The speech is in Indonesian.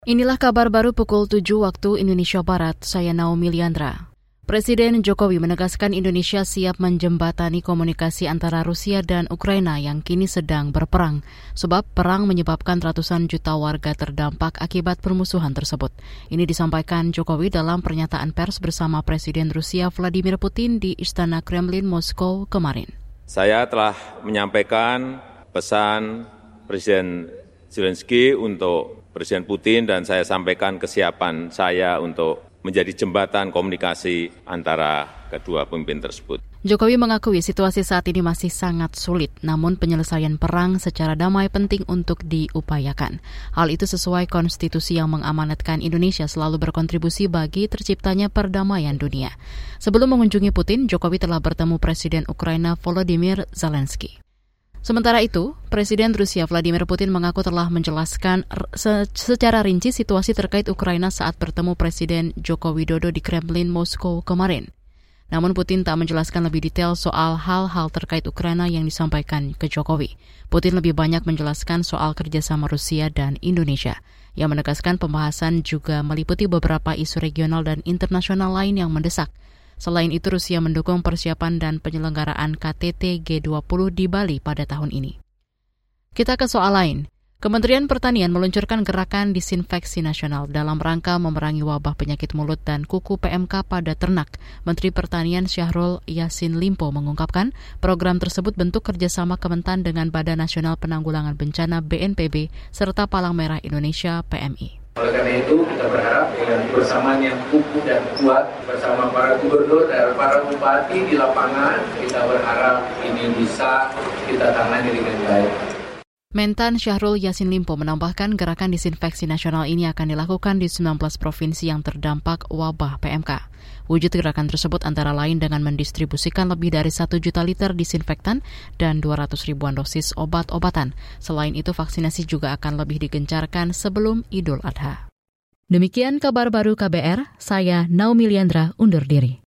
Inilah kabar baru pukul 7 waktu Indonesia Barat, saya Naomi Liandra. Presiden Jokowi menegaskan Indonesia siap menjembatani komunikasi antara Rusia dan Ukraina yang kini sedang berperang, sebab perang menyebabkan ratusan juta warga terdampak akibat permusuhan tersebut. Ini disampaikan Jokowi dalam pernyataan pers bersama Presiden Rusia Vladimir Putin di Istana Kremlin, Moskow kemarin. Saya telah menyampaikan pesan Presiden Zelensky untuk Presiden Putin dan saya sampaikan kesiapan saya untuk menjadi jembatan komunikasi antara kedua pemimpin tersebut. Jokowi mengakui situasi saat ini masih sangat sulit, namun penyelesaian perang secara damai penting untuk diupayakan. Hal itu sesuai konstitusi yang mengamanatkan Indonesia selalu berkontribusi bagi terciptanya perdamaian dunia. Sebelum mengunjungi Putin, Jokowi telah bertemu Presiden Ukraina Volodymyr Zelensky. Sementara itu, Presiden Rusia Vladimir Putin mengaku telah menjelaskan secara rinci situasi terkait Ukraina saat bertemu Presiden Joko Widodo di Kremlin, Moskow kemarin. Namun Putin tak menjelaskan lebih detail soal hal-hal terkait Ukraina yang disampaikan ke Jokowi. Putin lebih banyak menjelaskan soal kerjasama Rusia dan Indonesia, yang menegaskan pembahasan juga meliputi beberapa isu regional dan internasional lain yang mendesak. Selain itu, Rusia mendukung persiapan dan penyelenggaraan KTT G20 di Bali pada tahun ini. Kita ke soal lain. Kementerian Pertanian meluncurkan gerakan disinfeksi nasional dalam rangka memerangi wabah penyakit mulut dan kuku PMK pada ternak. Menteri Pertanian Syahrul Yassin Limpo mengungkapkan program tersebut bentuk kerjasama Kementan dengan Badan Nasional Penanggulangan Bencana BNPB serta Palang Merah Indonesia PMI. Oleh karena itu, kita berharap dengan kebersamaan yang kukuh dan kuat bersama para gubernur dan para bupati di lapangan, kita berharap ini bisa kita tangani dengan baik. Mentan Syahrul Yassin Limpo menambahkan gerakan disinfeksi nasional ini akan dilakukan di 19 provinsi yang terdampak wabah PMK. Wujud gerakan tersebut antara lain dengan mendistribusikan lebih dari 1 juta liter disinfektan dan 200 ribuan dosis obat-obatan. Selain itu, vaksinasi juga akan lebih digencarkan sebelum Idul Adha. Demikian kabar baru KBR, saya Naomi Liandra undur diri.